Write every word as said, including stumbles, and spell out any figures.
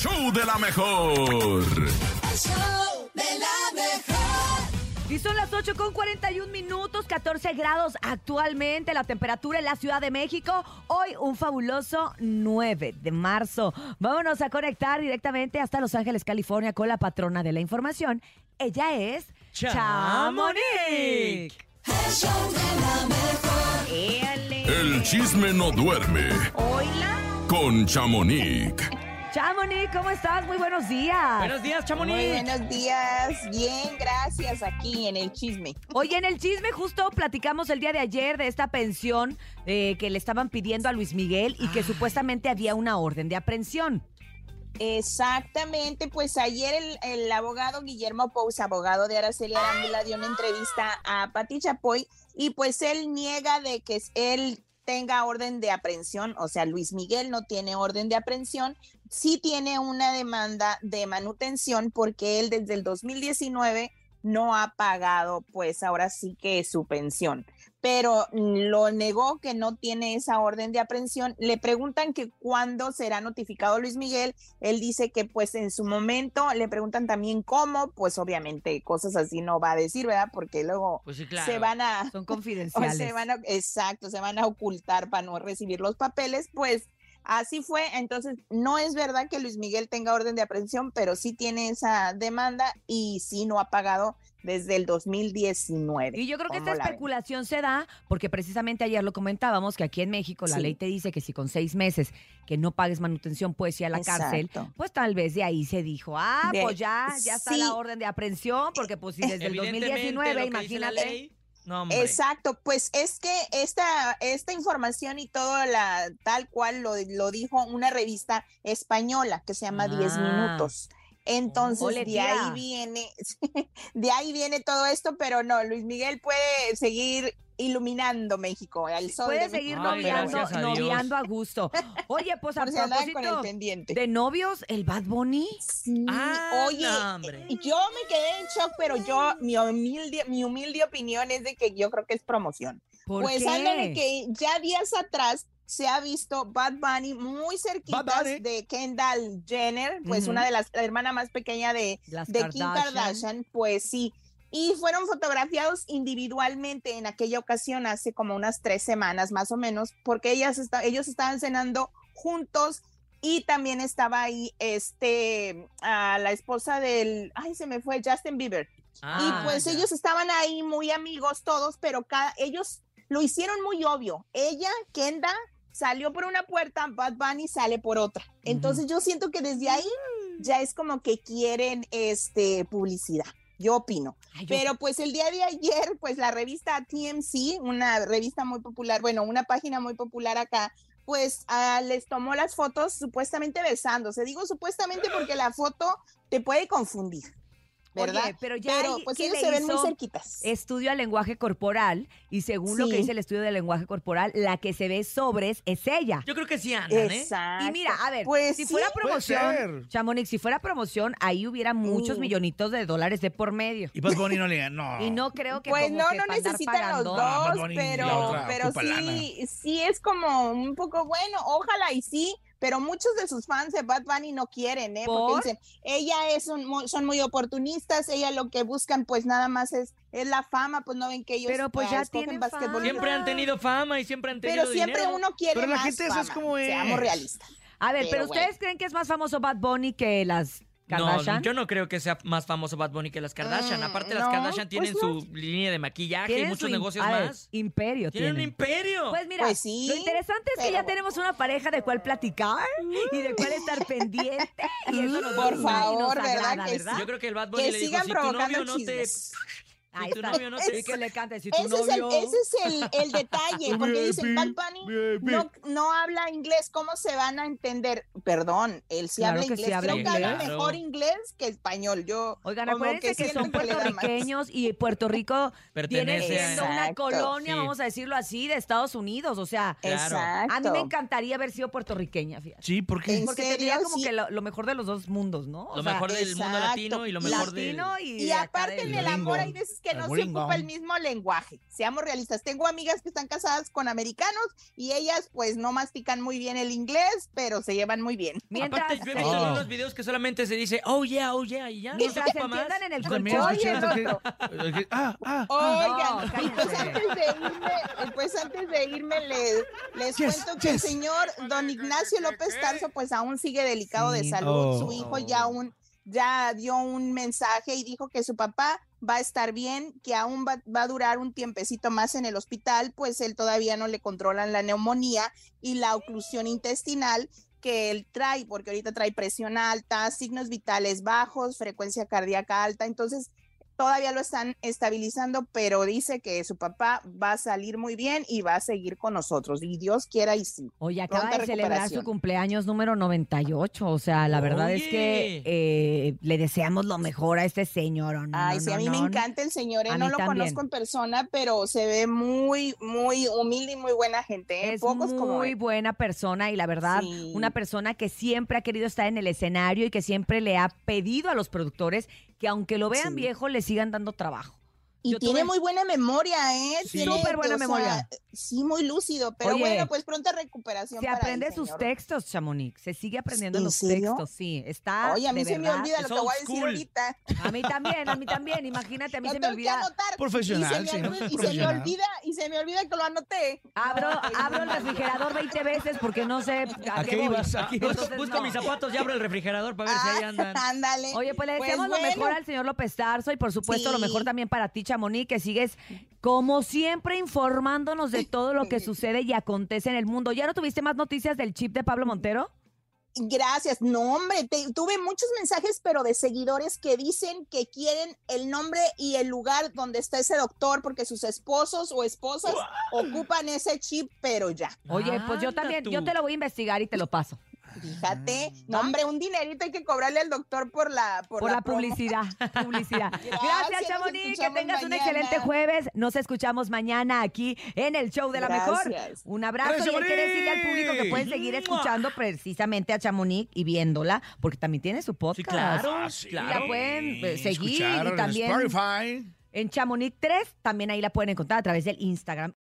show de la mejor. El show de la mejor. Y son las ocho con cuarenta y un minutos, catorce grados actualmente la temperatura en la Ciudad de México. Hoy un fabuloso nueve de marzo. Vámonos a conectar directamente hasta Los Ángeles, California, con la patrona de la información. Ella es Chamonix. El show de la mejor. Éale. El chisme no duerme Hola. con Chamonix. Chamonix, ¿cómo estás? Muy buenos días. Buenos días, Chamonix. Muy buenos días, bien, gracias, aquí en el chisme. Oye, en el chisme justo platicamos el día de ayer de esta pensión eh, que le estaban pidiendo a Luis Miguel y que supuestamente había una orden de aprehensión. Exactamente, pues ayer el, el abogado Guillermo Pous, abogado de Araceli Arámbula, dio una entrevista a Pati Chapoy y pues él niega de que él tenga orden de aprehensión, o sea, Luis Miguel no tiene orden de aprehensión, sí tiene una demanda de manutención porque él desde el dos mil diecinueve no ha pagado, pues ahora sí que su pensión, pero lo negó que no tiene esa orden de aprehensión. Le preguntan que cuándo será notificado Luis Miguel, él dice que pues en su momento, le preguntan también cómo, pues obviamente cosas así no va a decir, ¿verdad? Porque luego Pues sí, claro. se van a... Son o confidenciales. se van a, exacto, se van a ocultar para no recibir los papeles, pues así fue. Entonces no es verdad que Luis Miguel tenga orden de aprehensión, pero sí tiene esa demanda y sí no ha pagado desde el dos mil diecinueve. Y yo creo que ¿Cómo esta la ven? especulación se da porque precisamente ayer lo comentábamos que aquí en México la Sí. ley te dice que si con seis meses que no pagues manutención puedes ir a la Exacto. cárcel, pues tal vez de ahí se dijo, ah, De- pues ya, ya está sí. la orden de aprehensión porque pues si desde el dos mil Evidentemente, diecinueve, lo que dice la imagínate. ley, no, hombre. Exacto, pues es que esta, esta información y todo la tal cual lo, lo dijo una revista española que se llama Diez Ah. Minutos. Entonces Ole, de tía. ahí viene, de ahí viene todo esto, pero no, Luis Miguel puede seguir iluminando México, al sol Puede de seguir México. Ay, noviando, gracias a Dios. noviando a gusto. Oye, pues a Por si andaban con el propósito pendiente. de novios, el Bad Bunny. Sí, Ah, oye, no, hombre. yo me quedé en shock, pero yo, mi humilde, mi humilde opinión es de que yo creo que es promoción. ¿Por Pues qué? habla de que ya días atrás se ha visto Bad Bunny muy cerquita Bad Bunny. de Kendall Jenner, pues Ujú. una de las, la hermana más pequeña de, Las de Kim Kardashian. Kardashian, pues sí. Y fueron fotografiados individualmente en aquella ocasión hace como unas tres semanas más o menos, porque ellas está, ellos estaban cenando juntos y también estaba ahí este, a la esposa del, ay se me fue, Justin Bieber. Ah, Y pues ya. ellos estaban ahí muy amigos todos, pero cada, ellos lo hicieron muy obvio. Ella, Kenda, salió por una puerta, Bad Bunny sale por otra. Entonces yo siento que desde ahí ya es como que quieren este, publicidad. Yo opino. Ay, yo- Pero pues el día de ayer, pues la revista T M C, una revista muy popular, bueno, una página muy popular acá, pues ah, les tomó las fotos supuestamente besándose. Digo supuestamente porque la foto te puede confundir, ¿verdad? Oye, pero ya Pero hay- pues ¿quién ellos le se ven muy hizo cerquitas. estudio al lenguaje corporal y según lo que Sí. dice el estudio del lenguaje corporal, la que se ve sobres es ella. Yo creo que sí andan, ¿eh? Exacto. Y mira, a ver, pues si sí, fuera puede promoción, ser. Chamonix, si fuera promoción, ahí hubiera muchos Mm. millonitos de dólares de por medio. Y Bad Bunny no le no. Y no creo que pues como no, que no pa' andar necesitan los pagando. Ah, Bad dos, Bunny y la pero, otra pero ocupa sí, sí es como un poco bueno, ojalá y sí, pero muchos de sus fans de Bad Bunny no quieren, ¿eh? ¿Por? Porque dicen, ella es un, mu- son muy oportunistas, ella lo que buscan pues nada más es, es la fama, pues no ven que ellos Pero, pues, ah, ya escogen tienen básquetbol. fama. Siempre han tenido fama y siempre han tenido Pero siempre dinero. uno quiere Pero la más gente eso es fama, como es. seamos realistas. A ver, pero, Pero ¿ustedes bueno. creen que es más famoso Bad Bunny que las Kardashian? No, yo no creo que sea más famoso Bad Bunny que las Kardashian. Mm, Aparte, las no, Kardashian tienen pues no. su línea de maquillaje y Tienen muchos su im- negocios a ver, más. imperio Tienen un tienen. imperio. Pues mira, Pues sí, lo interesante es que pero ya bueno. tenemos una pareja de cuál platicar y de cuál estar pendiente. Y eso nos Por gusta y nos favor, ¿verdad agrada, que ¿verdad? sí? Yo creo que el Bad Bunny Que le dijo, sigan si tu provocando novio no te... chismes. Ahí Si tu está. novio no te... Y que le cante, si tu Ese es, el, novio... ese es el, el detalle, porque dicen, Bad Bunny no, no habla inglés, ¿cómo se van a entender? Perdón, él sí Claro habla que sí inglés, habla creo que habla inglés. mejor inglés que español. Yo Oigan, como acuérdense que, siento son que le da más. puertorriqueños y Puerto Rico viene Pertenece a- siendo una Exacto. colonia, Sí. vamos a decirlo así, de Estados Unidos. O sea, Claro. Exacto. a mí me encantaría haber sido puertorriqueña, fíjate. Sí, porque ¿En Porque serio? tendría como Sí. que lo, lo mejor de los dos mundos, ¿no? O Lo sea, mejor del mundo exacto. latino y lo mejor del... latino y, Y de acá aparte del en el amor hay gringo. veces que no se Bolingo. ocupa el mismo lenguaje. Seamos realistas. Tengo amigas que están casadas con americanos y ellas pues no mastican muy bien el inglés, pero se llevan muy bien. Mientras, Aparte, yo he visto Oh. algunos videos que solamente se dice, oh yeah, oh yeah, y ya. mientras no se se ocupa más. entiendan en el Yo también colchón. escuché Oye, eso que- que- ah, ah, Oigan, no, y pues cállense. antes de irme, pues antes de irme les, les Yes, cuento que yes. el señor don Ignacio López Tarso pues aún sigue delicado de Sí. salud. Oh. Su hijo ya un ya dio un mensaje y dijo que su papá va a estar bien, que aún va, va a durar un tiempecito más en el hospital, pues él todavía no le controlan la neumonía y la oclusión intestinal que él trae, porque ahorita trae presión alta, signos vitales bajos, frecuencia cardíaca alta, entonces todavía lo están estabilizando, pero dice que su papá va a salir muy bien y va a seguir con nosotros, y Dios quiera y sí. Oye, acaba Pronta de celebrar su recuperación. cumpleaños número noventa y ocho. O sea, la verdad es que Oye. eh, le deseamos lo mejor a este señor. ¿O no? Ay, no, sí, a no, mí me no. encanta el señor, ¿eh? A No mí lo también. conozco en persona, pero se ve muy, muy humilde y muy buena gente, ¿eh? Es Pocos como muy él. buena persona y la verdad, Sí. una persona que siempre ha querido estar en el escenario y que siempre le ha pedido a los productores que aunque lo vean Sí. viejo, le sigan dando trabajo. Y Yo tiene tuve- muy buena memoria, ¿eh? Sí. Tiene, Súper buena o sea, memoria. sí, muy lúcido, pero Oye, bueno, pues pronta recuperación Se para el aprende sus señor. textos, Chamonix. Se sigue aprendiendo ¿En los serio? textos, sí. Está Oye, a mí de se me verdad. olvida Es lo que voy a old decir school. ahorita. A mí también, a mí también. Imagínate, a mí Lo se me tengo que olvida. anotar. Profesional, y se sí, me, ¿no? olvida- y se me Profesional. olvida, y se me olvida que lo anoté. Abro, Ay, abro el no. refrigerador veinte veces porque no sé a, ¿A qué qué voy. ibas? ¿A qué ibas? Entonces, Busco no. mis zapatos y abro el refrigerador para ver si ahí andan. Ah, ándale. Oye, pues le Pues deseamos lo mejor bueno. al señor López Tarso y por supuesto lo Sí. mejor también para ti, Chamonix, que sigues como siempre informándonos de todo lo que sucede y acontece en el mundo. ¿Ya no tuviste más noticias del chip de Pablo Montero? Gracias. No, hombre, te- tuve muchos mensajes, pero de seguidores que dicen que quieren el nombre y el lugar donde está ese doctor, porque sus esposos o esposas ocupan ese chip, pero ya. Oye, pues yo Anda también, tú. yo te lo voy a investigar y te lo paso. Fíjate, no, hombre, un dinerito hay que cobrarle al doctor por la por, Por la, promo. publicidad, publicidad. Gracias, Gracias, nos Chamonix, que escuchamos tengas un mañana. excelente jueves. Nos escuchamos mañana aquí en el show de la mejor. Gracias. Un abrazo Gracias, y hay que decirle al Chamonix. público que pueden seguir escuchando precisamente a Chamonix y viéndola, porque también tiene su podcast. Sí, claro, Ah, sí. claro. Y la pueden eh, seguir Escuchar y en también Spotify. en Chamonix tres, también ahí la pueden encontrar a través del Instagram.